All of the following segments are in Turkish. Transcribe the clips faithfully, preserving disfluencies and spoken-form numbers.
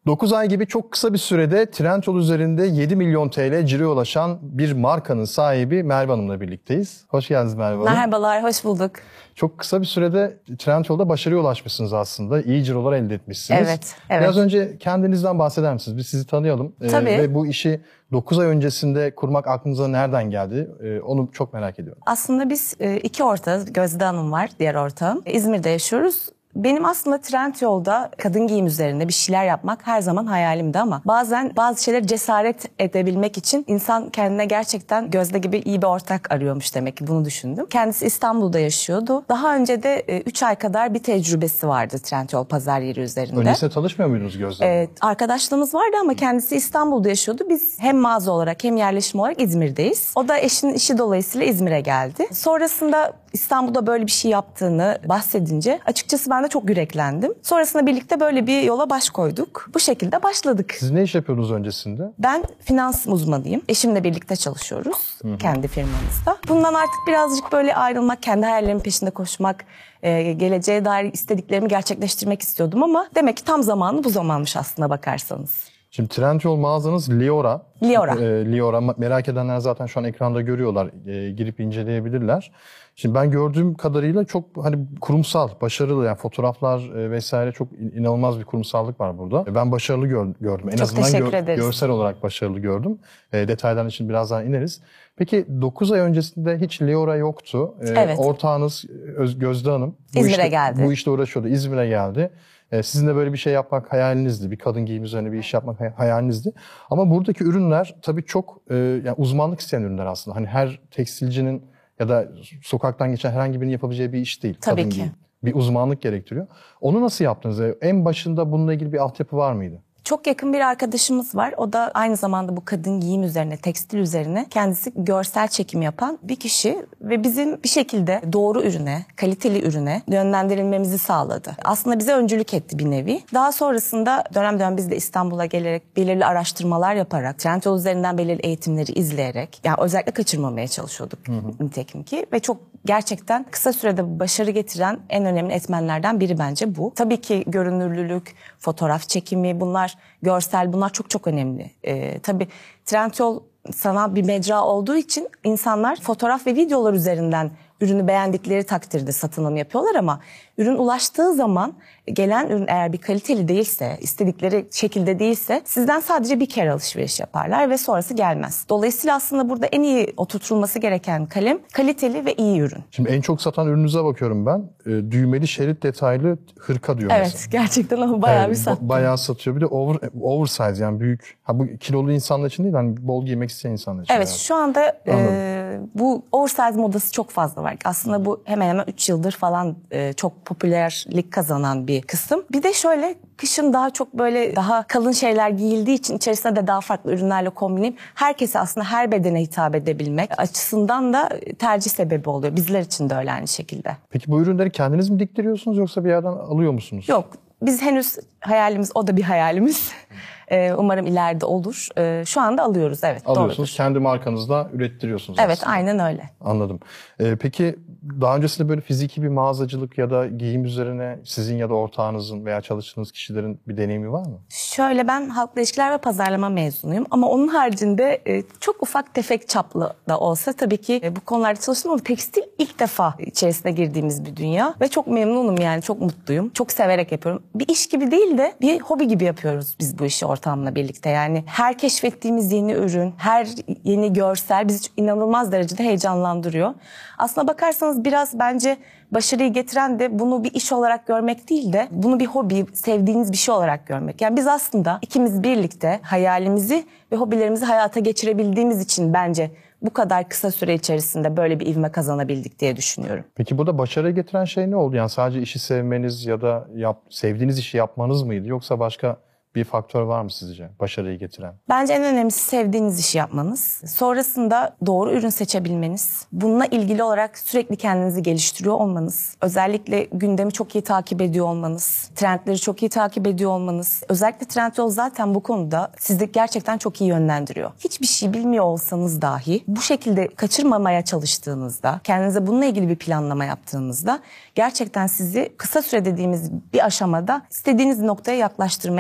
dokuz ay gibi çok kısa bir sürede Trendyol üzerinde yedi milyon T L ciroya ulaşan bir markanın sahibi Merve Hanım'la birlikteyiz. Hoş geldiniz Merve Hanım. Merhabalar, hoş bulduk. Çok kısa bir sürede Trendyol'da başarıya ulaşmışsınız aslında. İyi cirolar elde etmişsiniz. Evet, evet. Biraz önce kendinizden bahseder misiniz? Biz sizi tanıyalım. Tabii. Ee, ve bu işi dokuz ay öncesinde kurmak aklınıza nereden geldi? Ee, onu çok merak ediyorum. Aslında biz iki ortağız. Gözde Hanım var, diğer ortağım. İzmir'de yaşıyoruz. Benim aslında Trendyol'da kadın giyim üzerinde bir şeyler yapmak her zaman hayalimdi ama bazen bazı şeyleri cesaret edebilmek için insan kendine gerçekten Gözde gibi iyi bir ortak arıyormuş demek ki, bunu düşündüm. Kendisi İstanbul'da yaşıyordu. Daha önce de üç ay kadar bir tecrübesi vardı Trendyol pazar yeri üzerinde. Öncesinde tanışmıyor muydunuz Gözde Hanım'la? Evet, arkadaşlığımız vardı ama kendisi İstanbul'da yaşıyordu. Biz hem mağaza olarak hem yerleşim olarak İzmir'deyiz. O da eşinin işi dolayısıyla İzmir'e geldi. Sonrasında İstanbul'da böyle bir şey yaptığını bahsedince açıkçası ben de çok yüreklendim. Sonrasında birlikte böyle bir yola baş koyduk. Bu şekilde başladık. Siz ne iş yapıyordunuz öncesinde? Ben finans uzmanıyım. Eşimle birlikte çalışıyoruz. Hı-hı. Kendi firmamızda. Bundan artık birazcık böyle ayrılmak, kendi hayallerimin peşinde koşmak, e, geleceğe dair istediklerimi gerçekleştirmek istiyordum ama demek ki tam zamanı bu zamanmış aslında bakarsanız. Şimdi Trendyol mağazanız Liora. Liora. E, Liora. Merak edenler zaten şu an ekranda görüyorlar. E, girip inceleyebilirler. Şimdi ben gördüğüm kadarıyla çok hani kurumsal, başarılı, yani fotoğraflar e, vesaire, çok inanılmaz bir kurumsallık var burada. E, ben başarılı gör, gördüm. En çok azından teşekkür gör, ederiz. Görsel olarak başarılı gördüm. E, detaylarına için birazdan ineriz. Peki dokuz ay öncesinde hiç Liora yoktu. E, evet. Ortağınız Öz, Gözde Hanım bu İzmir'e işte, geldi. Bu işte uğraşıyordu. İzmir'e geldi. Sizin de böyle bir şey yapmak hayalinizdi. Bir kadın giyim üzerine bir iş yapmak hayalinizdi. Ama buradaki ürünler tabii çok e, yani uzmanlık isteyen ürünler aslında. Hani her tekstilcinin ya da sokaktan geçen herhangi birinin yapabileceği bir iş değil. Tabii kadın ki. giyim. Bir uzmanlık gerektiriyor. Onu nasıl yaptınız? En başında bununla ilgili bir altyapı var mıydı? Çok yakın bir arkadaşımız var. O da aynı zamanda bu kadın giyim üzerine, tekstil üzerine kendisi görsel çekim yapan bir kişi ve bizim bir şekilde doğru ürüne, kaliteli ürüne yönlendirilmemizi sağladı. Aslında bize öncülük etti bir nevi. Daha sonrasında dönem dönem biz de İstanbul'a gelerek belirli araştırmalar yaparak, Trendyol üzerinden belirli eğitimleri izleyerek, yani özellikle kaçırmamaya çalışıyorduk hı hı. nitekim ki ve çok gerçekten kısa sürede başarı getiren en önemli etmenlerden biri bence bu. Tabii ki görünürlülük, fotoğraf çekimi, bunlar görsel, bunlar çok çok önemli. Ee, tabii Trendyol sanal bir mecra olduğu için insanlar fotoğraf ve videolar üzerinden ürünü beğendikleri takdirde satın alım yapıyorlar ama ürün ulaştığı zaman gelen ürün eğer bir kaliteli değilse, istedikleri şekilde değilse sizden sadece bir kere alışveriş yaparlar ve sonrası gelmez. Dolayısıyla aslında burada en iyi oturtulması gereken kalem kaliteli ve iyi ürün. Şimdi en çok satan ürününüze bakıyorum ben. E, düğmeli şerit detaylı hırka diyor evet, mesela. Evet, gerçekten ama bayağı evet, bir sattı. Bayağı satıyor. Bir de over, oversize, yani büyük. Ha, bu kilolu insanlar için değil, hani bol giymek isteyen insanlar için. Evet, yani. şu anda e, bu oversize modası çok fazla var. Aslında bu hemen hemen üç yıldır falan e, çok popülerlik kazanan bir kısım. Bir de şöyle, kışın daha çok böyle daha kalın şeyler giyildiği için içerisinde de daha farklı ürünlerle kombinleyip herkese, aslında her bedene hitap edebilmek açısından da tercih sebebi oluyor. Bizler için de öyle aynı şekilde. Peki bu ürünleri kendiniz mi diktiriyorsunuz yoksa bir yerden alıyor musunuz? Yok. Biz henüz hayalimiz, o da bir hayalimiz. Umarım ileride olur. Şu anda alıyoruz, evet. Alıyorsunuz, doğrudur. kendi markanızla ürettiriyorsunuz Evet, aslında. aynen öyle. Anladım. Ee, peki daha öncesinde böyle fiziki bir mağazacılık ya da giyim üzerine sizin ya da ortağınızın veya çalıştığınız kişilerin bir deneyimi var mı? Şöyle, ben halkla ilişkiler ve pazarlama mezunuyum ama onun haricinde çok ufak tefek çaplı da olsa tabii ki bu konularda çalıştım ama tekstil ilk defa içerisine girdiğimiz bir dünya ve çok memnunum, yani çok mutluyum. Çok severek yapıyorum. Bir iş gibi değil de bir hobi gibi yapıyoruz biz bu işi ortamla birlikte. Yani her keşfettiğimiz yeni ürün, her yeni görsel bizi inanılmaz derecede heyecanlandırıyor. Aslına bakarsanız biraz bence başarıyı getiren de bunu bir iş olarak görmek değil de bunu bir hobi, sevdiğiniz bir şey olarak görmek. Yani biz aslında ikimiz birlikte hayalimizi ve hobilerimizi hayata geçirebildiğimiz için bence bu kadar kısa süre içerisinde böyle bir ivme kazanabildik diye düşünüyorum. Peki burada başarıyı getiren şey ne oldu? Yani sadece işi sevmeniz ya da yap, sevdiğiniz işi yapmanız mıydı? Yoksa başka bir faktör var mı sizce başarıyı getiren? Bence en önemlisi sevdiğiniz işi yapmanız. Sonrasında doğru ürün seçebilmeniz. Bununla ilgili olarak sürekli kendinizi geliştiriyor olmanız. Özellikle gündemi çok iyi takip ediyor olmanız. Trendleri çok iyi takip ediyor olmanız. Özellikle Trendyol zaten bu konuda sizi gerçekten çok iyi yönlendiriyor. Hiçbir şey bilmiyor olsanız dahi bu şekilde kaçırmamaya çalıştığınızda, kendinize bununla ilgili bir planlama yaptığınızda gerçekten sizi kısa süre dediğimiz bir aşamada istediğiniz noktaya yaklaştırmaya gayret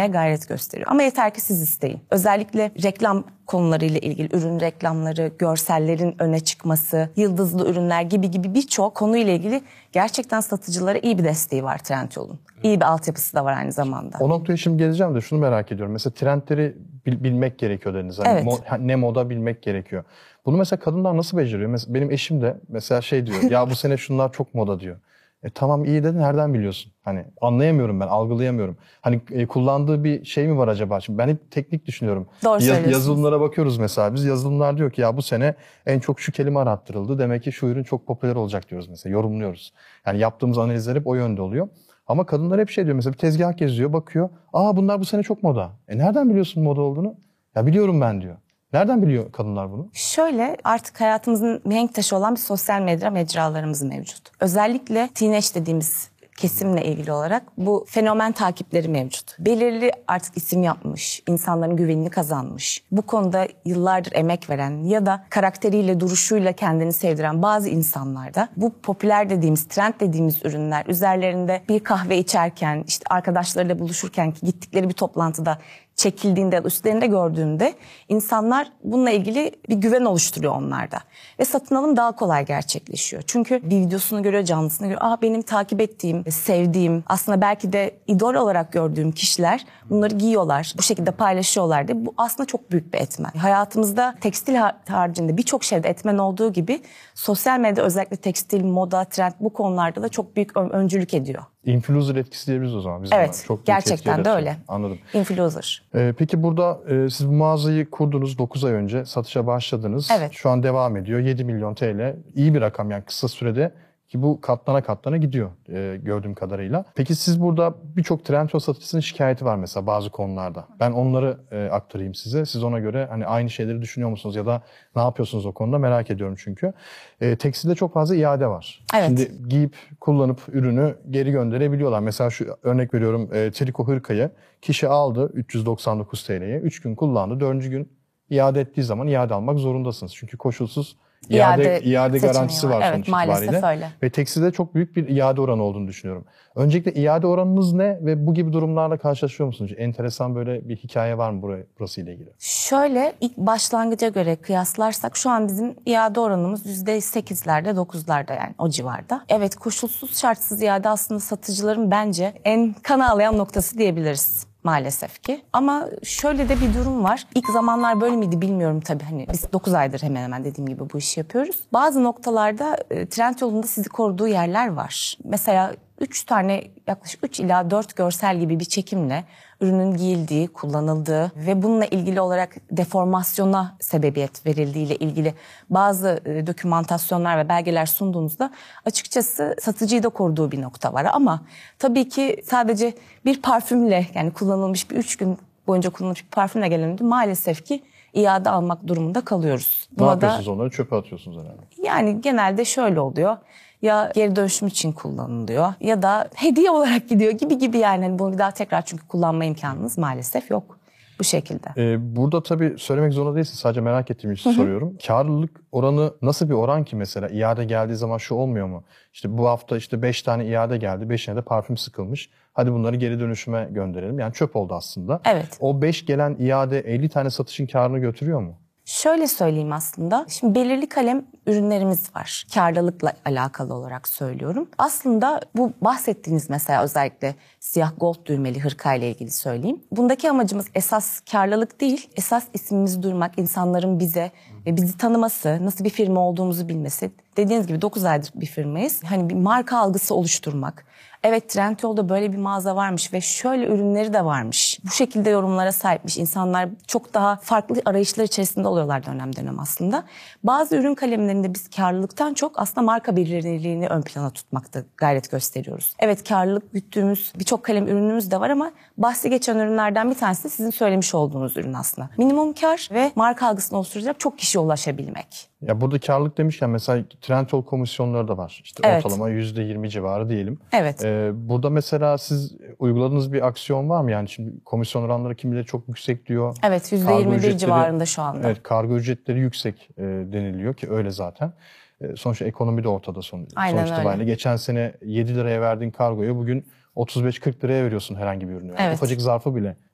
gayret gösteriyor. Ama yeter ki siz isteyin. Özellikle reklam konularıyla ilgili ürün reklamları, görsellerin öne çıkması, yıldızlı ürünler gibi gibi birçok konuyla ilgili gerçekten satıcılara iyi bir desteği var Trendyol'un. İyi bir altyapısı da var aynı zamanda. O noktaya şimdi geleceğim de şunu merak ediyorum. Mesela trendleri bil- bilmek gerekiyor dediniz. Hani Evet. mo- ne moda bilmek gerekiyor. Bunu mesela kadınlar nasıl beceriyor? Mesela benim eşim de mesela şey diyor. Ya bu sene şunlar çok moda diyor. E tamam iyi de nereden biliyorsun? Hani anlayamıyorum ben, algılayamıyorum. Hani e, kullandığı bir şey mi var acaba? Şimdi ben hep teknik düşünüyorum. Doğru Yaz- söylüyorsunuz. yazılımlara bakıyoruz mesela biz. Yazılımlar diyor ki ya bu sene en çok şu kelime arattırıldı. Demek ki şu ürün çok popüler olacak diyoruz mesela. Yorumluyoruz. Yani yaptığımız analizler hep o yönde oluyor. Ama kadınlar hep şey diyor mesela bir tezgah geziyor bakıyor. Aa bunlar bu sene çok moda. E nereden biliyorsun moda olduğunu? Ya biliyorum ben diyor. Nereden biliyor kadınlar bunu? Şöyle artık hayatımızın mihenk taşı olan bir sosyal medya mecralarımız mevcut. Özellikle teenage dediğimiz kesimle ilgili olarak bu fenomen takipleri mevcut. Belirli artık isim yapmış, insanların güvenini kazanmış, bu konuda yıllardır emek veren ya da karakteriyle, duruşuyla kendini sevdiren bazı insanlarda bu popüler dediğimiz, trend dediğimiz ürünler üzerlerinde bir kahve içerken, işte arkadaşlarıyla buluşurken ki gittikleri bir toplantıda çekildiğinde ya da üstlerinde gördüğünde insanlar bununla ilgili bir güven oluşturuyor onlarda. Ve satın alım daha kolay gerçekleşiyor. Çünkü bir videosunu görüyor, canlısını görüyor. Aa benim takip ettiğim, sevdiğim, aslında belki de idol olarak gördüğüm kişiler bunları giyiyorlar, bu şekilde paylaşıyorlar diye. Bu aslında çok büyük bir etmen. Hayatımızda tekstil haricinde birçok şeyde etmen olduğu gibi sosyal medya özellikle tekstil, moda, trend bu konularda da çok büyük ön- öncülük ediyor. Influencer etkisi diyebiliriz o zaman. Biz Evet, buna. Çok büyük gerçekten etki de yaratıyor. öyle. Anladım. Influencer. Ee, peki burada e, siz bu mağazayı kurdunuz dokuz ay önce satışa başladınız. Evet. Şu an devam ediyor. yedi milyon T L iyi bir rakam yani kısa sürede ki bu katlana katlana gidiyor e, gördüğüm kadarıyla. Peki siz burada birçok Trendyol satıcısının şikayeti var mesela bazı konularda. Ben onları e, aktarayım size. Siz ona göre hani aynı şeyleri düşünüyor musunuz ya da ne yapıyorsunuz o konuda merak ediyorum çünkü. E, tekstilde çok fazla iade var. Evet. Şimdi giyip kullanıp ürünü geri gönderebiliyorlar. Mesela şu örnek veriyorum e, triko hırkayı kişi aldı üç yüz doksan dokuz T L'ye. üç gün kullandı. dördüncü gün iade ettiği zaman iade almak zorundasınız. Çünkü koşulsuz iade, İade iade seçeneği garantisi var, var. Evet, sonuç maalesef itibariyle. öyle. Ve tekstilde çok büyük bir iade oranı olduğunu düşünüyorum. Öncelikle iade oranınız ne ve bu gibi durumlarla karşılaşıyor musunuz? Enteresan böyle bir hikaye var mı buraya, burası ile ilgili? Şöyle ilk başlangıca göre kıyaslarsak şu an bizim iade oranımız yüzde sekizlerde dokuzlarda yani o civarda. Evet koşulsuz şartsız iade aslında satıcıların bence en kan ağlayan noktası diyebiliriz. Maalesef ki. Ama şöyle de bir durum var. İlk zamanlar böyle miydi bilmiyorum tabii. Hani biz dokuz aydır hemen hemen dediğim gibi bu işi yapıyoruz. Bazı noktalarda e, Trendyol'un da sizi koruduğu yerler var. Mesela üç tane yaklaşık üç ila dört görsel gibi bir çekimle ürünün giyildiği, kullanıldığı ve bununla ilgili olarak deformasyona sebebiyet verildiği ile ilgili bazı e, dokümantasyonlar ve belgeler sunduğunuzda açıkçası satıcıyı da koruduğu bir nokta var. Ama tabii ki sadece bir parfümle yani kullanılmış bir üç gün boyunca kullanılmış bir parfümle gelen ürün maalesef ki iade almak durumunda kalıyoruz. Ne Buna yapıyorsunuz da, onları? Çöpe atıyorsunuz herhalde. yani genelde şöyle oluyor. Ya geri dönüşüm için kullanılıyor ya da hediye olarak gidiyor gibi gibi yani. Hani bunu bir daha tekrar çünkü kullanma imkanınız maalesef yok bu şekilde. Ee, burada tabii söylemek zorunda değilsin. Sadece merak ettiğim için soruyorum. Karlılık oranı nasıl bir oran ki mesela? İade geldiği zaman şu olmuyor mu? İşte bu hafta işte beş tane iade geldi. beşine de parfüm sıkılmış. Hadi bunları geri dönüşüme gönderelim. Yani çöp oldu aslında. Evet. O beş gelen iade elli tane satışın karını götürüyor mu? Şöyle söyleyeyim aslında. Şimdi belirli kalem ürünlerimiz var. Karlılıkla alakalı olarak söylüyorum. Aslında bu bahsettiğiniz mesela özellikle siyah gold düğmeli hırkayla ilgili söyleyeyim. Bundaki amacımız esas karlılık değil. Esas ismimizi duyurmak, insanların bize ve bizi tanıması, nasıl bir firma olduğumuzu bilmesi. Dediğiniz gibi dokuz aydır bir firmayız. Hani bir marka algısı oluşturmak. Evet Trendyol'da böyle bir mağaza varmış ve şöyle ürünleri de varmış. Bu şekilde yorumlara sahipmiş. İnsanlar çok daha farklı arayışlar içerisinde oluyorlar dönem dönem aslında. Bazı ürün kalemlerinde biz karlılıktan çok aslında marka bilinirliğini ön plana tutmakta gayret gösteriyoruz. Evet karlılık güttüğümüz birçok kalem ürünümüz de var ama bahsi geçen ürünlerden bir tanesi de sizin söylemiş olduğunuz ürün aslında. Minimum kar ve marka algısını oluşturacak çok kişiye ulaşabilmek. Ya burada karlılık demişken mesela Trendyol komisyonları da var. İşte Evet. ortalama yüzde yirmi civarı diyelim. Evet. Ee, burada mesela siz uyguladığınız bir aksiyon var mı? Yani şimdi komisyon oranları kimileri çok yüksek diyor. Evet yüzde Kargo yirmi bir ücretleri- civarında şu anda. Evet kargo ücretleri yüksek e, deniliyor ki öyle zaten. E, sonuçta ekonomi de ortada son, Aynen sonuç itibariyle. öyle. Geçen sene yedi liraya verdiğin kargoyu bugün otuz beş kırk liraya veriyorsun herhangi bir ürünü. Yani Evet. ufacık zarfı bile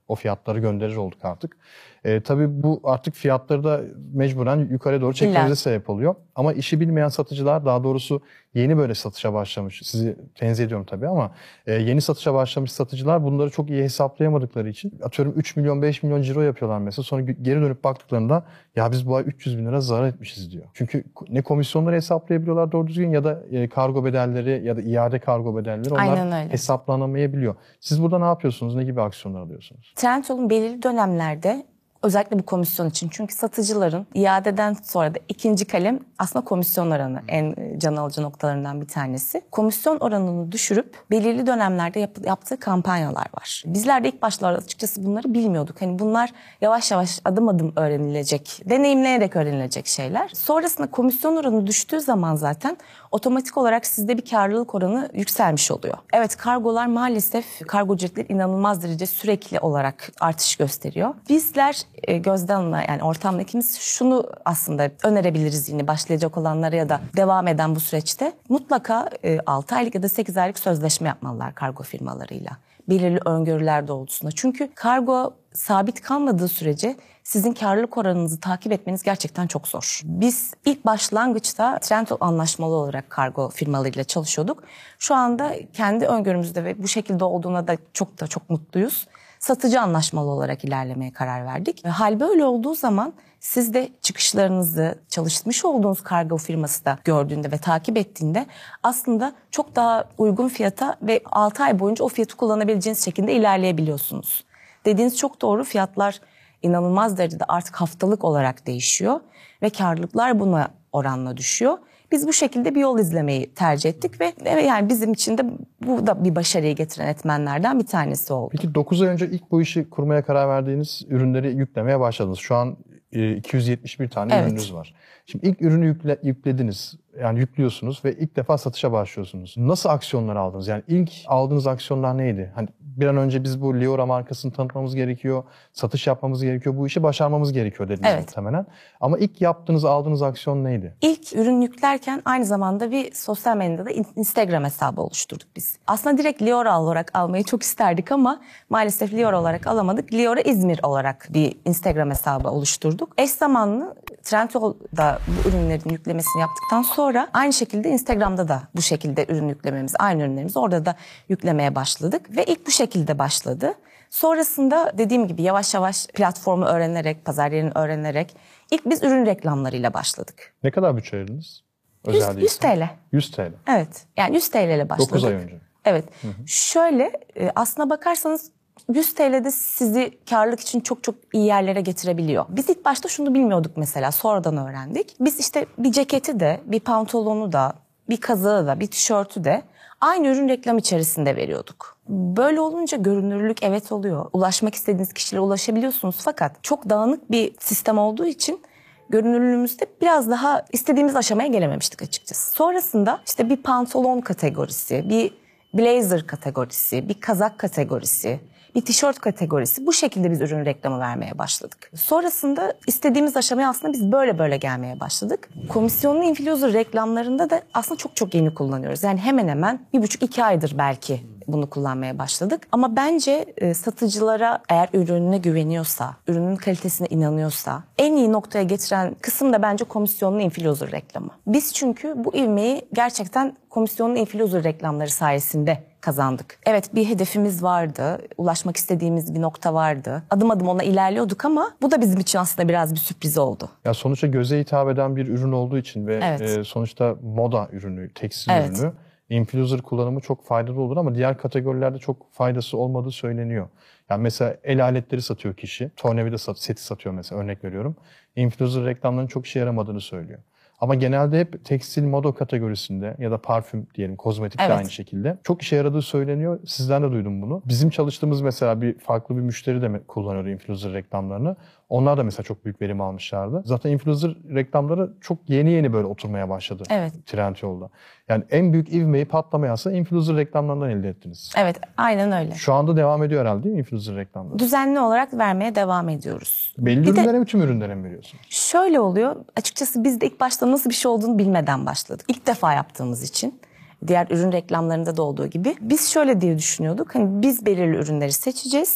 O fiyatları gönderir olduk artık. E, tabii bu artık fiyatları da mecburen yukarı doğru çekmemize sebep oluyor. Ama işi bilmeyen satıcılar, daha doğrusu yeni böyle satışa başlamış, sizi tenzih ediyorum tabii ama e, yeni satışa başlamış satıcılar bunları çok iyi hesaplayamadıkları için atıyorum üç milyon beş milyon ciro yapıyorlar mesela. Sonra geri dönüp baktıklarında ya biz bu ay üç yüz bin lira zarar etmişiz diyor. Çünkü ne komisyonları hesaplayabiliyorlar doğru düzgün ya da e, kargo bedelleri ya da iade kargo bedelleri onlar hesaplanamayabiliyor. Siz burada ne yapıyorsunuz? Ne gibi aksiyonlar alıyorsunuz? Trendyol'un belirli dönemlerde özellikle bu komisyon için. Çünkü satıcıların iadeden sonra da ikinci kalem aslında komisyon oranı en can alıcı noktalarından bir tanesi. Komisyon oranını düşürüp belirli dönemlerde yap, yaptığı kampanyalar var. Bizler de ilk başlarda açıkçası bunları bilmiyorduk. Hani bunlar yavaş yavaş adım adım öğrenilecek, deneyimleyerek öğrenilecek şeyler. Sonrasında komisyon oranı düştüğü zaman zaten otomatik olarak sizde bir karlılık oranı yükselmiş oluyor. Evet, kargolar maalesef, kargo ücretleri inanılmaz derece sürekli olarak artış gösteriyor. Bizler e, gözden alınan, yani ortamdakimiz şunu aslında önerebiliriz yine başlayacak olanlara ya da devam eden bu süreçte. Mutlaka e, altı aylık ya da sekiz aylık sözleşme yapmalılar kargo firmalarıyla. Belirli öngörüler doğrultusunda. Çünkü kargo sabit kalmadığı sürece sizin karlılık oranınızı takip etmeniz gerçekten çok zor. Biz ilk başlangıçta Trendyol anlaşmalı olarak kargo firmalarıyla çalışıyorduk. Şu anda kendi öngörümüzde ve bu şekilde olduğuna da çok da çok mutluyuz. Satıcı anlaşmalı olarak ilerlemeye karar verdik. Hal böyle olduğu zaman siz de çıkışlarınızı çalışmış olduğunuz kargo firması da gördüğünde ve takip ettiğinde aslında çok daha uygun fiyata ve altı ay boyunca o fiyatı kullanabileceğiniz şekilde ilerleyebiliyorsunuz. Dediğiniz çok doğru, fiyatlar inanılmaz derecede artık haftalık olarak değişiyor ve karlılıklar buna oranla düşüyor. Biz bu şekilde bir yol izlemeyi tercih ettik ve yani bizim için de bu da bir başarıyı getiren etmenlerden bir tanesi oldu. Peki dokuz ay önce ilk bu işi kurmaya karar verdiğiniz ürünleri yüklemeye başladınız. Şu an iki yüz yetmiş bir tane evet. ürününüz var. Şimdi ilk ürünü yükle, yüklediniz. Yani yüklüyorsunuz ve ilk defa satışa başlıyorsunuz. Nasıl aksiyonlar aldınız? Yani ilk aldığınız aksiyonlar neydi? Hani bir an önce biz bu Liora markasını tanıtmamız gerekiyor, satış yapmamız gerekiyor, bu işi başarmamız gerekiyor dediniz evet. muhtemelen. Ama ilk yaptığınız, aldığınız aksiyon neydi? İlk ürün yüklerken aynı zamanda bir sosyal medyada Instagram hesabı oluşturduk biz. Aslında direkt Liora olarak almayı çok isterdik ama maalesef Liora olarak alamadık. Liora İzmir olarak bir Instagram hesabı oluşturduk. Eş zamanlı Trendyol'da bu ürünlerin yüklemesini yaptıktan sonra aynı şekilde Instagram'da da bu şekilde ürün yüklememiz, aynı ürünlerimizi orada da yüklemeye başladık ve ilk bu şekilde başladı. Sonrasında dediğim gibi yavaş yavaş platformu öğrenerek, pazar yerini öğrenerek ilk biz ürün reklamlarıyla başladık. Ne kadar bütçe ayırdınız? yüz, yüz T L. yüz T L. Evet. Yani yüz T L ile başladık. dokuz ay önce. Evet. Hı hı. Şöyle aslına bakarsanız yüz T L'de sizi karlılık için çok çok iyi yerlere getirebiliyor. Biz ilk başta şunu bilmiyorduk mesela, sonradan öğrendik. Biz işte bir ceketi de, bir pantolonu da, bir kazağı da, bir tişörtü de aynı ürün reklam içerisinde veriyorduk. Böyle olunca görünürlük evet oluyor. Ulaşmak istediğiniz kişilere ulaşabiliyorsunuz fakat çok dağınık bir sistem olduğu için görünürlüğümüzde biraz daha istediğimiz aşamaya gelememiştik açıkçası. Sonrasında işte bir pantolon kategorisi, bir blazer kategorisi, bir kazak kategorisi, bir tişört kategorisi, bu şekilde biz ürün reklamı vermeye başladık. Sonrasında istediğimiz aşamaya aslında biz böyle böyle gelmeye başladık. Komisyonlu influencer reklamlarında da aslında çok çok yeni kullanıyoruz. Yani hemen hemen bir buçuk iki aydır belki bunu kullanmaya başladık. Ama bence e, satıcılara eğer ürününe güveniyorsa, ürünün kalitesine inanıyorsa en iyi noktaya getiren kısım da bence komisyonlu influencer reklamı. Biz çünkü bu ivmeyi gerçekten komisyonlu influencer reklamları sayesinde kazandık. Evet, bir hedefimiz vardı, ulaşmak istediğimiz bir nokta vardı. Adım adım ona ilerliyorduk ama bu da bizim için aslında biraz bir sürpriz oldu. Ya sonuçta göze hitap eden bir ürün olduğu için ve evet. e, sonuçta moda ürünü, tekstil evet. ürünü, influencer kullanımı çok faydalı olur ama diğer kategorilerde çok faydası olmadığı söyleniyor. Yani mesela el aletleri satıyor kişi, tornavida sat, seti satıyor mesela, örnek veriyorum. Influencer reklamlarının çok işe yaramadığını söylüyor. Ama genelde hep tekstil, moda kategorisinde ya da parfüm diyelim, kozmetik evet. de aynı şekilde çok işe yaradığı söyleniyor. Sizden de duydum bunu. Bizim çalıştığımız mesela bir farklı bir müşteri de kullanıyordu influencer reklamlarını. Onlar da mesela çok büyük verim almışlardı. Zaten influencer reklamları çok yeni yeni böyle oturmaya başladı evet. Trendyol'da. Yani en büyük ivmeyi, patlamayı aslında influencer reklamlarından elde ettiniz. Evet, aynen öyle. Şu anda devam ediyor herhalde değil mi influencer reklamları? Düzenli olarak vermeye devam ediyoruz. Belli bir ürünlere mi, tüm ürünlere mi veriyorsunuz? Şöyle oluyor. Açıkçası biz de ilk başta nasıl bir şey olduğunu bilmeden başladık. İlk defa yaptığımız için. Diğer ürün reklamlarında da olduğu gibi. Biz şöyle diye düşünüyorduk. Hani biz belirli ürünleri seçeceğiz.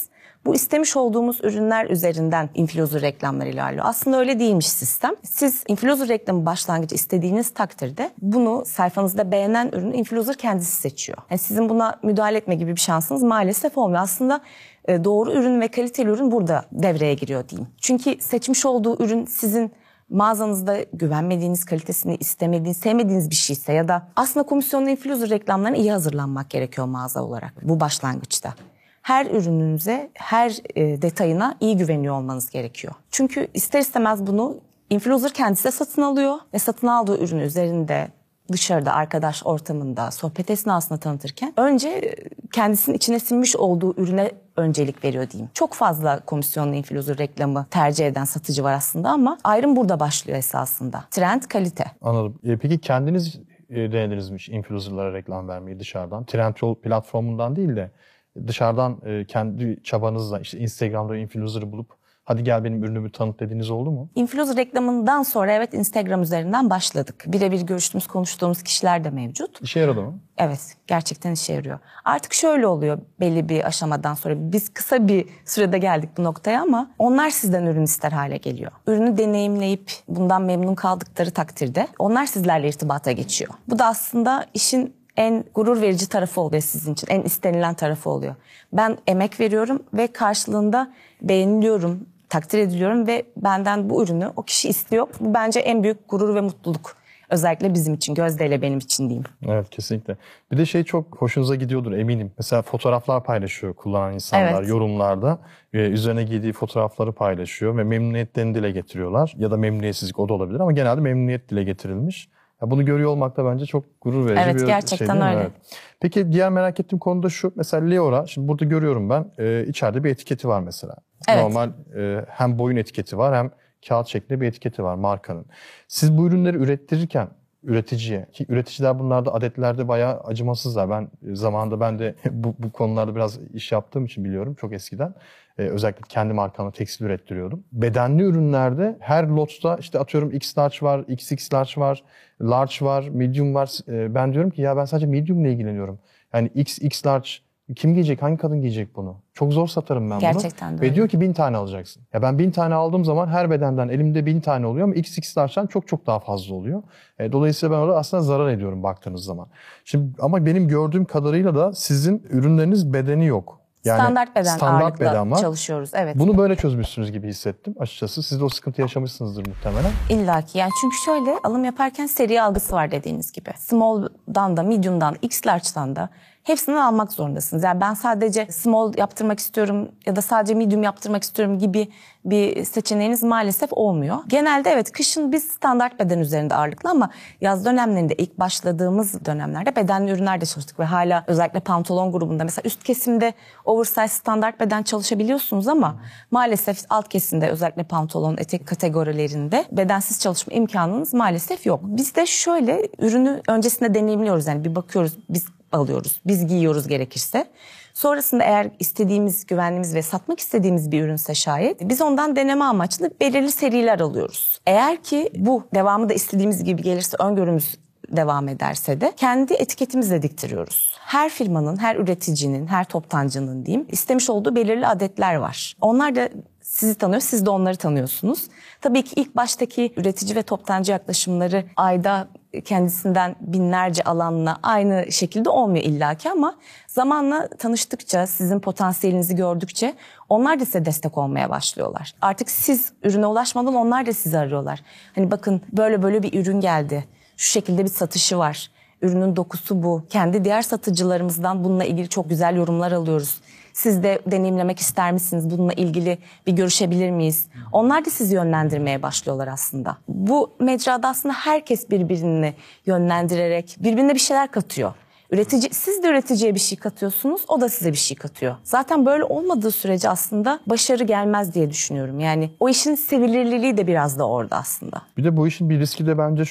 Bu istemiş olduğumuz ürünler üzerinden influencer reklamları ilerliyor. Aslında öyle değilmiş sistem. Siz influencer reklamı başlangıcı istediğiniz takdirde bunu sayfanızda beğenen ürünü influencer kendisi seçiyor. Yani sizin buna müdahale etme gibi bir şansınız maalesef olmuyor. Aslında doğru ürün ve kaliteli ürün burada devreye giriyor diyeyim. Çünkü seçmiş olduğu ürün sizin mağazanızda güvenmediğiniz, kalitesini istemediğiniz, sevmediğiniz bir şeyse ya da aslında komisyonlu influencer reklamlarına iyi hazırlanmak gerekiyor mağaza olarak bu başlangıçta. Her ürününüze, her e, detayına iyi güveniyor olmanız gerekiyor. Çünkü ister istemez bunu influencer kendisi de satın alıyor ve satın aldığı ürün üzerinde dışarıda, arkadaş ortamında, sohbet esnasında tanıtırken önce kendisinin içine sinmiş olduğu ürüne öncelik veriyor diyeyim. Çok fazla komisyonlu influencer reklamı tercih eden satıcı var aslında ama ayrım burada başlıyor esasında. Trend, kalite. Anladım. E, peki kendiniz e, denediniz mi influencerlara reklam vermeyi dışarıdan? Trendyol platformundan değil de dışarıdan e, kendi çabanızla işte Instagram'da influencer'ı bulup hadi gel benim ürünümü tanıt dediğiniz oldu mu? Influencer reklamından sonra evet Instagram üzerinden başladık. Birebir görüştüğümüz, konuştuğumuz kişiler de mevcut. İşe yaradı mı? Evet, gerçekten işe yarıyor. Artık şöyle oluyor belli bir aşamadan sonra. Biz kısa bir sürede geldik bu noktaya ama onlar sizden ürün ister hale geliyor. Ürünü deneyimleyip bundan memnun kaldıkları takdirde onlar sizlerle irtibata geçiyor. Bu da aslında işin en gurur verici tarafı oluyor sizin için. En istenilen tarafı oluyor. Ben emek veriyorum ve karşılığında beğeniliyorum, takdir ediliyorum ve benden bu ürünü o kişi istiyor. Bu bence en büyük gurur ve mutluluk. Özellikle bizim için, Gözde ile benim için diyeyim. Evet, kesinlikle. Bir de şey çok hoşunuza gidiyordur eminim. Mesela fotoğraflar paylaşıyor kullanan insanlar Evet. yorumlarda. Ee, üzerine giydiği fotoğrafları paylaşıyor ve memnuniyetlerini dile getiriyorlar. Ya da memnuniyetsizlik o da olabilir ama genelde memnuniyet dile getirilmiş. Ya bunu görüyor olmak da bence çok gurur verici Evet, bir şey gerçekten değil mi? öyle. Evet. Peki diğer merak ettiğim konu da şu. Mesela Leora, şimdi burada görüyorum ben e, içeride bir etiketi var mesela. Evet. Normal e, hem boyun etiketi var hem kağıt şeklinde bir etiketi var markanın. Siz bu ürünleri ürettirirken üreticiye, ki üreticiler bunlarda adetlerde bayağı acımasızlar. Ben zamanında ben de bu, bu konularda biraz iş yaptığım için biliyorum çok eskiden. Ee, özellikle kendi markamla tekstil ürettiriyordum. Bedenli ürünlerde her lotta işte atıyorum X large var, X X large var, large var, medium var. Ee, ben diyorum ki ya ben sadece medium ile ilgileniyorum. Yani X X large kim giyecek, hangi kadın giyecek bunu? Çok zor satarım ben Gerçekten bunu. de Ve öyle. diyor ki bin tane alacaksın. Ya ben bin tane aldığım zaman her bedenden elimde bin tane oluyor ama X X large'dan çok çok daha fazla oluyor. E, dolayısıyla ben orada aslında zarar ediyorum baktığınız zaman. Şimdi ama benim gördüğüm kadarıyla da sizin ürünleriniz bedeni yok. Yani standart beden standart ağırlıkla beden var. çalışıyoruz. Evet. Bunu böyle çözmüşsünüz gibi hissettim açıkçası. Siz de o sıkıntı yaşamışsınızdır muhtemelen. İlla ki yani çünkü şöyle alım yaparken seri algısı var dediğiniz gibi. Small'dan da, medium'dan, X large'dan da hepsinden almak zorundasınız. Yani ben sadece small yaptırmak istiyorum ya da sadece medium yaptırmak istiyorum gibi bir seçeneğiniz maalesef olmuyor. Genelde evet kışın biz standart beden üzerinde ağırlıklı ama yaz dönemlerinde ilk başladığımız dönemlerde bedenli ürünler de çalıştık ve hala özellikle pantolon grubunda mesela üst kesimde oversize standart beden çalışabiliyorsunuz ama maalesef alt kesimde özellikle pantolon, etek kategorilerinde bedensiz çalışma imkanınız maalesef yok. Biz de şöyle ürünü öncesinde deneyimliyoruz yani bir bakıyoruz biz alıyoruz. Biz giyiyoruz gerekirse. Sonrasında eğer istediğimiz, güvendiğimiz ve satmak istediğimiz bir ürünse şayet biz ondan deneme amaçlı belirli seriler alıyoruz. Eğer ki bu devamı da istediğimiz gibi gelirse öngörümüz devam ederse de kendi etiketimizle diktiriyoruz. Her firmanın, her üreticinin, her toptancının diyeyim istemiş olduğu belirli adetler var. Onlar da sizi tanıyor, siz de onları tanıyorsunuz. Tabii ki ilk baştaki üretici ve toptancı yaklaşımları ayda kendisinden binlerce alanla aynı şekilde olmuyor illaki ama zamanla tanıştıkça, sizin potansiyelinizi gördükçe onlar da size destek olmaya başlıyorlar. Artık siz ürüne ulaşmadan onlar da sizi arıyorlar. Hani bakın böyle böyle bir ürün geldi, şu şekilde bir satışı var. Ürünün dokusu bu. Kendi diğer satıcılarımızdan bununla ilgili çok güzel yorumlar alıyoruz. Siz de deneyimlemek ister misiniz? Bununla ilgili bir görüşebilir miyiz? Onlar da sizi yönlendirmeye başlıyorlar aslında. Bu mecrada aslında herkes birbirini yönlendirerek birbirine bir şeyler katıyor. Üretici, siz de üreticiye bir şey katıyorsunuz, o da size bir şey katıyor. Zaten böyle olmadığı sürece aslında başarı gelmez diye düşünüyorum. Yani o işin sevilirliliği de biraz da orada aslında. Bir de bu işin bir riski de bence şu.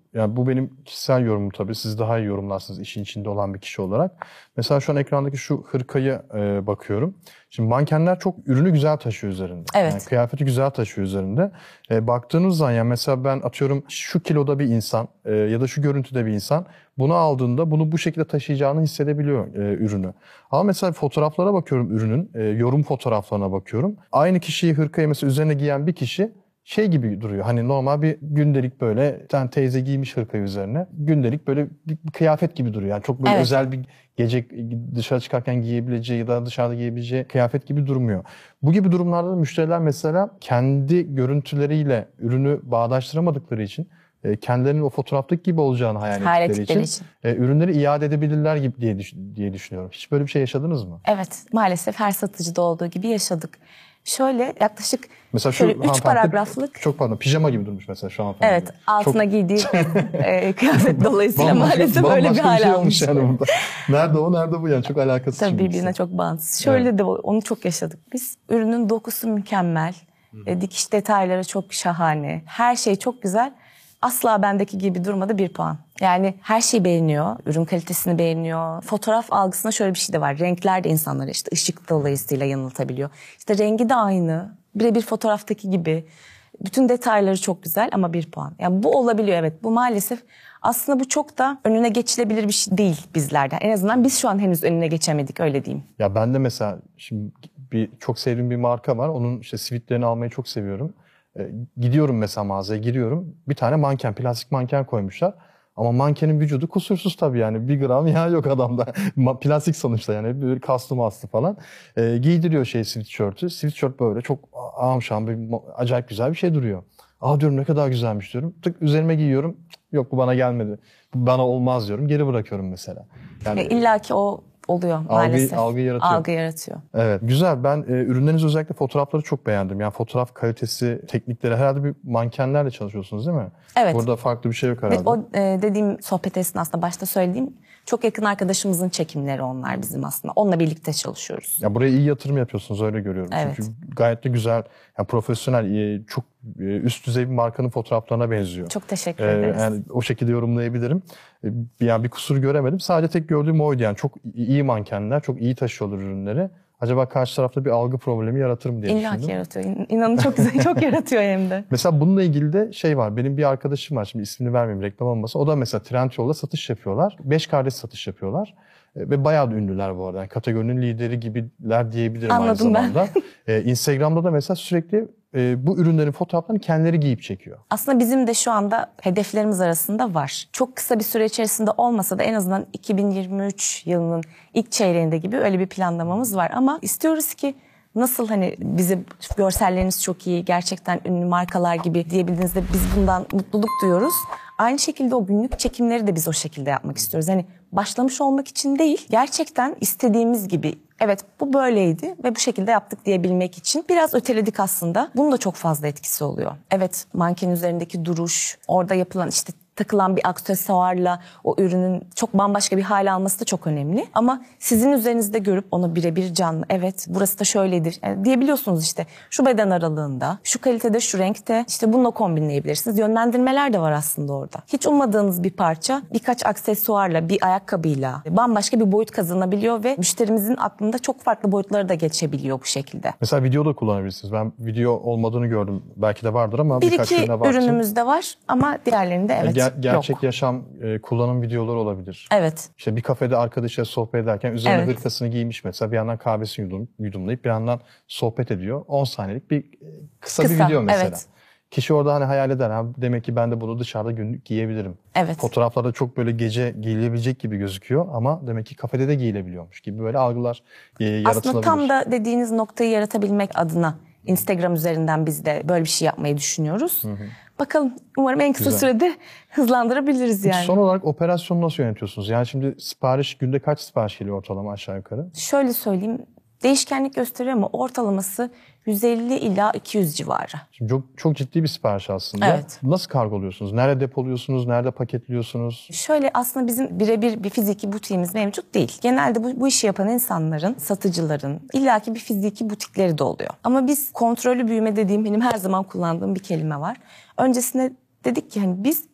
yani bu benim kişisel yorumum tabii. Siz daha iyi yorumlarsınız işin içinde olan bir kişi olarak. Mesela şu an ekrandaki şu hırkayı e, bakıyorum. Şimdi mankenler çok ürünü güzel taşıyor üzerinde. Evet. Yani kıyafeti güzel taşıyor üzerinde. E, baktığınız zaman yani mesela ben atıyorum şu kiloda bir insan e, ya da şu görüntüde bir insan bunu aldığında bunu bu şekilde taşıyacağını hissedebiliyor e, ürünü. Ama mesela fotoğraflara bakıyorum ürünün, e, yorum fotoğraflarına bakıyorum. Aynı kişiyi hırkayı mesela üzerine giyen bir kişi şey gibi duruyor. Hani normal bir gündelik böyle bir tane teyze giymiş hırkayı üzerine. Gündelik böyle bir, bir kıyafet gibi duruyor. Yani çok böyle Evet. özel bir gece dışarı çıkarken giyebileceği ya da dışarıda giyebileceği kıyafet gibi durmuyor. Bu gibi durumlarda da müşteriler mesela kendi görüntüleriyle ürünü bağdaştıramadıkları için e, kendilerinin o fotoğraftaki gibi olacağını hayal Hayal ettikleri ettikleri için, e, ürünleri iade edebilirler gibi diye, düş- diye düşünüyorum. Hiç böyle bir şey yaşadınız mı? Evet, maalesef her satıcıda olduğu gibi yaşadık. Şöyle yaklaşık Mesela şu şöyle üç hanımefendi paragraflık. çok pardon pijama gibi durmuş mesela şu hanımefendi. Evet, altına Çok- giydiği e, kıyafet dolayısıyla Bambaşka- maalesef öyle bir bambaşka hal şey almış. olmuş yani burada. Nerede o nerede bu yani çok alakasız. Tabii şimdi birbirine ikisi. çok bağımsız. Şöyle Evet. de onu çok yaşadık biz. Ürünün dokusu mükemmel. E, dikiş detayları çok şahane. Her şey çok güzel. Asla bendeki gibi durmadı bir puan. Yani her şeyi beğeniyor. Ürün kalitesini beğeniyor. Fotoğraf algısında şöyle bir şey de var. Renkler de insanları işte ışık dolayısıyla yanıltabiliyor. İşte rengi de aynı. Birebir fotoğraftaki gibi. Bütün detayları çok güzel ama bir puan. Yani bu olabiliyor evet. Bu maalesef aslında bu çok da önüne geçilebilir bir şey değil bizlerden. En azından biz şu an henüz önüne geçemedik öyle diyeyim. Ya ben de mesela şimdi bir çok sevdiğim bir marka var. Onun işte sivitlerini almayı çok seviyorum. E, gidiyorum mesela mağazaya giriyorum. Bir tane manken, plastik manken koymuşlar. Ama mankenin vücudu kusursuz tabii yani. Bir gram yağ yok adamda. Ma- Plastik sonuçta yani. Bir kaslı maslı falan. E, giydiriyor şey sweatshirt'ü. Sweatshirt böyle çok ağam bir acayip güzel bir şey duruyor. Aa diyorum ne kadar güzelmiş diyorum. Tık üzerime giyiyorum. Yok bu bana gelmedi. Bu bana olmaz diyorum. Geri bırakıyorum mesela. Yani Ve İlla ki o oluyor maalesef. algı yaratıyor. Algı yaratıyor. Evet, güzel. Ben e, ürünleriniz özellikle fotoğrafları çok beğendim. Yani fotoğraf kalitesi, teknikleri herhalde bir mankenlerle çalışıyorsunuz değil mi? Evet. Burada farklı bir şey yok Ve herhalde. o e, dediğim sohbet esnasında başta söylediğim çok yakın arkadaşımızın çekimleri onlar bizim aslında. Onunla birlikte çalışıyoruz. Ya buraya iyi yatırım yapıyorsunuz öyle görüyorum. Evet. Çünkü gayet de güzel, yani profesyonel, e, çok e, üst düzey bir markanın fotoğraflarına benziyor. Çok teşekkür Ee, ederiz. Yani o şekilde yorumlayabilirim. Ee, Yani bir kusur göremedim. Sadece tek gördüğüm oydu yani. Çok iyi mankenler, çok iyi taşıyorlar ürünleri. Acaba karşı tarafta bir algı problemi yaratır mı diye İlla düşündüm. ki yaratıyor. İn- İnanın çok güzel, çok yaratıyor hem de. Mesela bununla ilgili de şey var. Benim bir arkadaşım var. Şimdi ismini vermeyeyim reklam olmasın. O da mesela Trendyol'da satış yapıyorlar. Beş kardeş satış yapıyorlar. E, Ve bayağı da ünlüler bu arada. Yani kategorinin lideri gibiler diyebilirim Anladım aynı ben. zamanda. Ee, Instagram'da da mesela sürekli e, bu ürünlerin fotoğraflarını kendileri giyip çekiyor. Aslında bizim de şu anda hedeflerimiz arasında var. Çok kısa bir süre içerisinde olmasa da en azından iki bin yirmi üç yılının ilk çeyreğinde gibi öyle bir planlamamız var. Ama istiyoruz ki nasıl hani bizi görselleriniz çok iyi, gerçekten ünlü markalar gibi diyebildiğinizde biz bundan mutluluk duyuyoruz. Aynı şekilde o günlük çekimleri de biz o şekilde yapmak istiyoruz. Hani başlamış olmak için değil, gerçekten istediğimiz gibi evet bu böyleydi ve bu şekilde yaptık diyebilmek için biraz öteledik aslında. Bunun da çok fazla etkisi oluyor. Evet, manken üzerindeki duruş, orada yapılan işte takılan bir aksesuarla o ürünün çok bambaşka bir hale alması da çok önemli. Ama sizin üzerinizde görüp onu birebir canlı, evet burası da şöyledir yani diyebiliyorsunuz işte şu beden aralığında, şu kalitede, şu renkte işte bununla kombinleyebilirsiniz. Yönlendirmeler de var aslında orada. Hiç ummadığınız bir parça birkaç aksesuarla, bir ayakkabıyla bambaşka bir boyut kazanabiliyor ve müşterimizin aklında çok farklı boyutları da geçebiliyor bu şekilde. Mesela video da kullanabilirsiniz. Ben video olmadığını gördüm. Belki de vardır ama Bir birkaç iki yerine baktım. ürünümüz de var ama diğerlerinde evet Ger- gerçek yok. yaşam e, kullanım videoları olabilir. Evet. İşte bir kafede arkadaşıyla sohbet ederken üzerine Evet. hırkasını giymiş mesela bir yandan kahvesini yudum, yudumlayıp bir yandan sohbet ediyor. on saniyelik bir e, kısa, bir Kısa, video mesela. evet. Kişi orada hani hayal eder. Ha, demek ki ben de bunu dışarıda günlük giyebilirim. Evet. Fotoğraflarda çok böyle gece giyilebilecek gibi gözüküyor ama demek ki kafede de giyilebiliyormuş gibi böyle algılar e, yaratılabilir. Aslında tam da dediğiniz noktayı yaratabilmek adına Instagram üzerinden biz de böyle bir şey yapmayı düşünüyoruz. Hı hı. Bakalım umarım en kısa Güzel. sürede hızlandırabiliriz yani. Son olarak operasyonu nasıl yönetiyorsunuz? Yani şimdi sipariş günde kaç sipariş geliyor ortalama aşağı yukarı? Şöyle söyleyeyim, değişkenlik gösteriyor ama ortalaması yüz elli ila iki yüz civarı. Şimdi çok, çok ciddi bir sipariş aslında. Evet. Nasıl kargoluyorsunuz? Nerede depoluyorsunuz? Nerede paketliyorsunuz? Şöyle aslında bizim birebir bir fiziki butiğimiz mevcut değil. Genelde bu, bu işi yapan insanların, satıcıların illaki bir fiziki butikleri de oluyor. Ama biz kontrollü büyüme dediğim benim her zaman kullandığım bir kelime var. Öncesinde dedik ki hani biz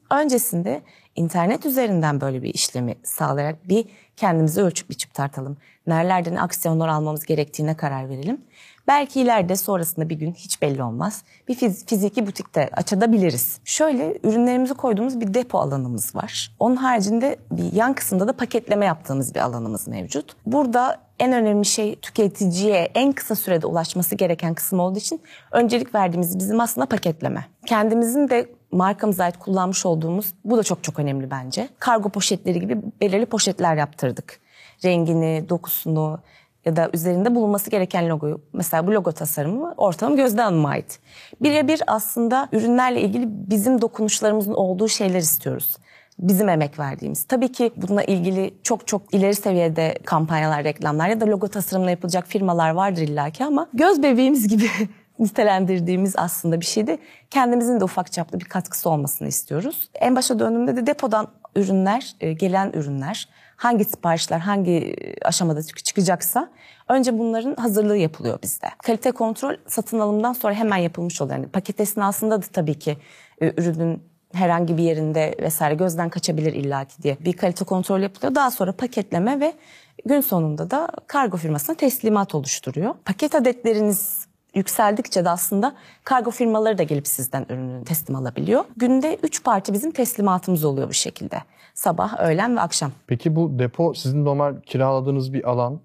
Öncesinde internet üzerinden böyle bir işlemi sağlayarak bir kendimizi ölçüp biçip tartalım. Nerelerde ne aksiyonlar almamız gerektiğine karar verelim. Belki ileride sonrasında bir gün hiç belli olmaz. Bir fiz- fiziki butikte açabiliriz. Şöyle ürünlerimizi koyduğumuz bir depo alanımız var. Onun haricinde bir yan kısımda da paketleme yaptığımız bir alanımız mevcut. Burada en önemli şey tüketiciye en kısa sürede ulaşması gereken kısım olduğu için öncelik verdiğimiz bizim aslında paketleme. Kendimizin de markamıza ait kullanmış olduğumuz, bu da çok çok önemli bence. Kargo poşetleri gibi belirli poşetler yaptırdık. Rengini, dokusunu ya da üzerinde bulunması gereken logoyu. Mesela bu logo tasarımı ortalama Gözde Hanım'a ait. Birebir aslında ürünlerle ilgili bizim dokunuşlarımızın olduğu şeyler istiyoruz. Bizim emek verdiğimiz. Tabii ki bununla ilgili çok çok ileri seviyede kampanyalar, reklamlar ya da logo tasarımına yapılacak firmalar vardır illaki ama göz bebeğimiz gibi nitelendirdiğimiz aslında bir şeydi. Kendimizin de ufak çaplı bir katkısı olmasını istiyoruz. En başa döndüğümde de depodan ürünler, gelen ürünler, hangi siparişler hangi aşamada çıkacaksa önce bunların hazırlığı yapılıyor bizde. Kalite kontrol satın alımdan sonra hemen yapılmış oluyor. Yani paket esnasında da tabii ki ürünün herhangi bir yerinde vesaire gözden kaçabilir illaki diye bir kalite kontrol yapılıyor. Daha sonra paketleme ve gün sonunda da kargo firmasına teslimat oluşturuyor. Paket adetleriniz yükseldikçe de aslında kargo firmaları da gelip sizden ürünü teslim alabiliyor. Günde üç parça bizim teslimatımız oluyor bu şekilde. Sabah, öğlen ve akşam. Peki bu depo sizin normal kiraladığınız bir alan,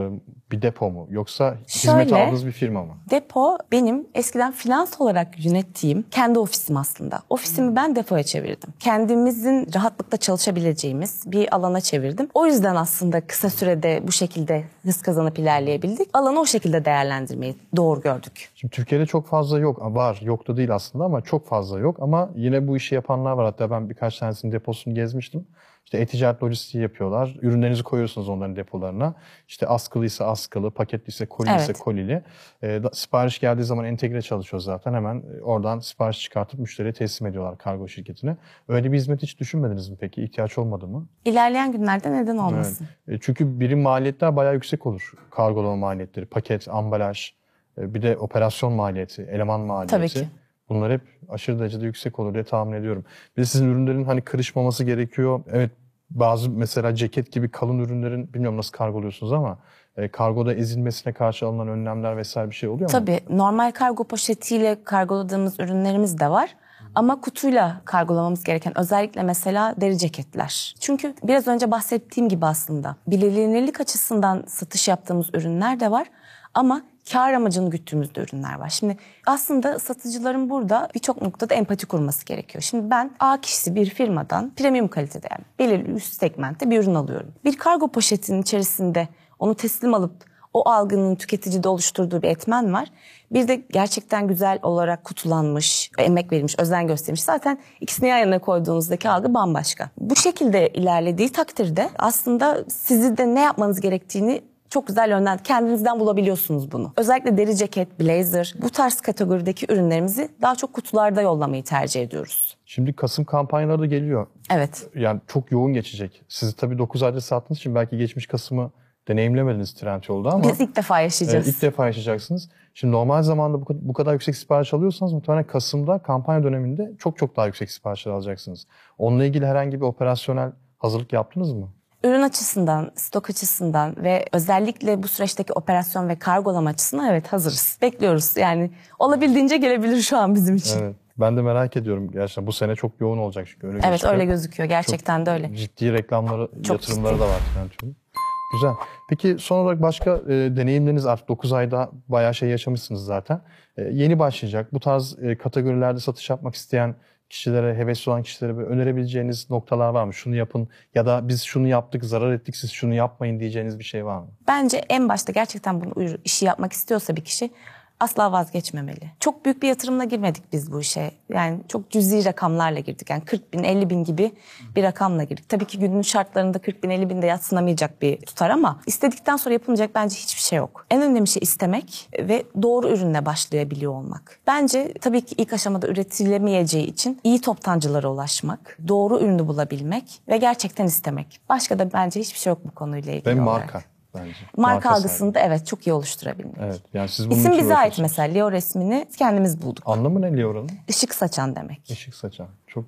bir depo mu? Yoksa Şöyle, hizmet aldığınız bir firma mı? Depo benim eskiden finans olarak yönettiğim kendi ofisim aslında. Ofisimi ben depoya çevirdim. Kendimizin rahatlıkla çalışabileceğimiz bir alana çevirdim. O yüzden aslında kısa sürede bu şekilde hız kazanıp ilerleyebildik. Alanı o şekilde değerlendirmeyi doğru gördük. Şimdi Türkiye'de çok fazla yok. Var, yok da değil aslında ama çok fazla yok. Ama yine bu işi yapanlar var. Hatta ben birkaç tanesinin deposunu gezmiştim. İşte e-ticaret lojistiği yapıyorlar. Ürünlerinizi koyuyorsunuz onların depolarına. İşte askılıysa askılı, paketliyse koliyse Evet. kolili. E, da, sipariş geldiği zaman entegre çalışıyor zaten. Hemen oradan sipariş çıkartıp müşteriye teslim ediyorlar kargo şirketine. Öyle bir hizmet hiç düşünmediniz mi peki? İhtiyaç olmadı mı? İlerleyen günlerde neden olmasın? Evet. E, çünkü birim maliyetler bayağı yüksek olur. Kargolama maliyetleri, paket, ambalaj, e, bir de operasyon maliyeti, eleman maliyeti. Tabii ki. Bunlar hep aşırı derecede yüksek olur diye tahmin ediyorum. Bir de sizin ürünlerin hani kırışmaması gerekiyor. Evet, bazı mesela ceket gibi kalın ürünlerin bilmiyorum nasıl kargoluyorsunuz ama e, kargoda ezilmesine karşı alınan önlemler vesaire bir şey oluyor mu? Tabii normal kargo poşetiyle kargoladığımız ürünlerimiz de var. Ama kutuyla kargolamamız gereken özellikle mesela deri ceketler. Çünkü biraz önce bahsettiğim gibi aslında bilinirlik açısından satış yaptığımız ürünler de var. Ama kar amacını güttüğümüz de ürünler var. Şimdi aslında satıcıların burada birçok noktada empati kurması gerekiyor. Şimdi ben A kişisi bir firmadan premium kalitede yani belirli üst segmentte bir ürün alıyorum. Bir kargo poşetinin içerisinde onu teslim alıp o algının tüketicide oluşturduğu bir etmen var. Bir de gerçekten güzel olarak kutulanmış, emek verilmiş, özen göstermiş. Zaten ikisini yan yana koyduğunuzdaki algı bambaşka. Bu şekilde ilerlediği takdirde aslında sizi de ne yapmanız gerektiğini çok güzel yönden kendinizden bulabiliyorsunuz bunu. Özellikle deri ceket, blazer bu tarz kategorideki ürünlerimizi daha çok kutularda yollamayı tercih ediyoruz. Şimdi Kasım kampanyaları da geliyor. Evet. Yani çok yoğun geçecek. Siz tabii dokuz ayda sattığınız için belki geçmiş Kasım'ı deneyimlemediniz Trendyol'da ama Biz ilk defa yaşayacağız. E, ilk defa yaşayacaksınız. Şimdi normal zamanda bu, bu kadar yüksek sipariş alıyorsanız muhtemelen Kasım'da kampanya döneminde çok çok daha yüksek siparişler alacaksınız. Onunla ilgili herhangi bir operasyonel hazırlık yaptınız mı? Ürün açısından, stok açısından ve özellikle bu süreçteki operasyon ve kargolama açısından evet hazırız. Bekliyoruz yani olabildiğince gelebilir şu an bizim için. Evet. Ben de merak ediyorum gerçekten bu sene çok yoğun olacak çünkü öyle Evet gözüküyor. öyle gözüküyor gerçekten çok de öyle. Ciddi reklamları, Çok yatırımları ciddi. da var Trendyol'un. Güzel. Peki son olarak başka e, deneyimleriniz artık dokuz ayda bayağı şey yaşamışsınız zaten. E, yeni başlayacak bu tarz e, kategorilerde satış yapmak isteyen kişilere, hevesli olan kişilere böyle önerebileceğiniz noktalar var mı? Şunu yapın ya da biz şunu yaptık, zarar ettik, siz şunu yapmayın diyeceğiniz bir şey var mı? Bence en başta gerçekten bunu işi yapmak istiyorsa bir kişi asla vazgeçmemeli. Çok büyük bir yatırımla girmedik biz bu işe. Yani çok cüzi rakamlarla girdik. Yani kırk bin, elli bin gibi bir rakamla girdik. Tabii ki günün şartlarında kırk bin, elli bin de yadsınamayacak bir tutar ama istedikten sonra yapılmayacak bence hiçbir şey yok. En önemli şey istemek ve doğru ürünle başlayabiliyor olmak. Bence tabii ki ilk aşamada üretilemeyeceği için iyi toptancılara ulaşmak, doğru ürünü bulabilmek ve gerçekten istemek. Başka da bence hiçbir şey yok bu konuyla ilgili Ve olarak. marka bence. Marka, Marka algısını da evet çok iyi oluşturabilmek. Evet, yani siz bunun İsim için bize ait uğraşıyorsunuz. mesela. Leo resmini kendimiz bulduk. Anlamı ne Leora'nın? Işık saçan demek. Işık saçan. Çok güzel.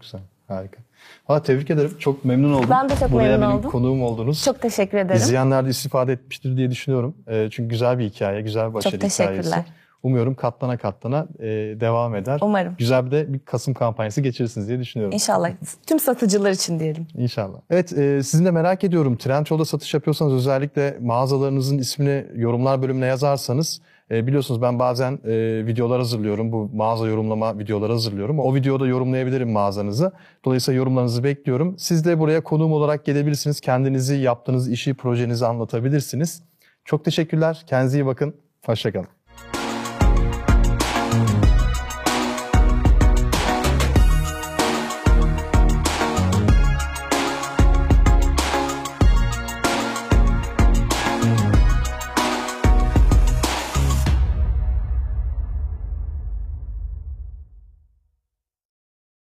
Harika. Valla tebrik ederim. Çok memnun oldum. Ben de çok Buraya memnun benim oldum. konuğum oldunuz. Çok teşekkür ederim. İzleyenler de istifade etmiştir diye düşünüyorum. E, çünkü güzel bir hikaye, güzel bir başarı Çok teşekkürler. hikayesi. Umuyorum katlana katlana e, devam eder. Umarım. Güzel bir de bir Kasım kampanyası geçirirsiniz diye düşünüyorum. İnşallah. Tüm satıcılar için diyelim. İnşallah. Evet, e, sizin de merak ediyorum. Trendyol'da satış yapıyorsanız özellikle mağazalarınızın ismini yorumlar bölümüne yazarsanız e, biliyorsunuz ben bazen e, videolar hazırlıyorum. Bu mağaza yorumlama videoları hazırlıyorum. O videoda yorumlayabilirim mağazanızı. Dolayısıyla yorumlarınızı bekliyorum. Siz de buraya konuğum olarak gelebilirsiniz. Kendinizi, yaptığınız işi, projenizi anlatabilirsiniz. Çok teşekkürler. Kendinize iyi bakın. Hoşça kalın.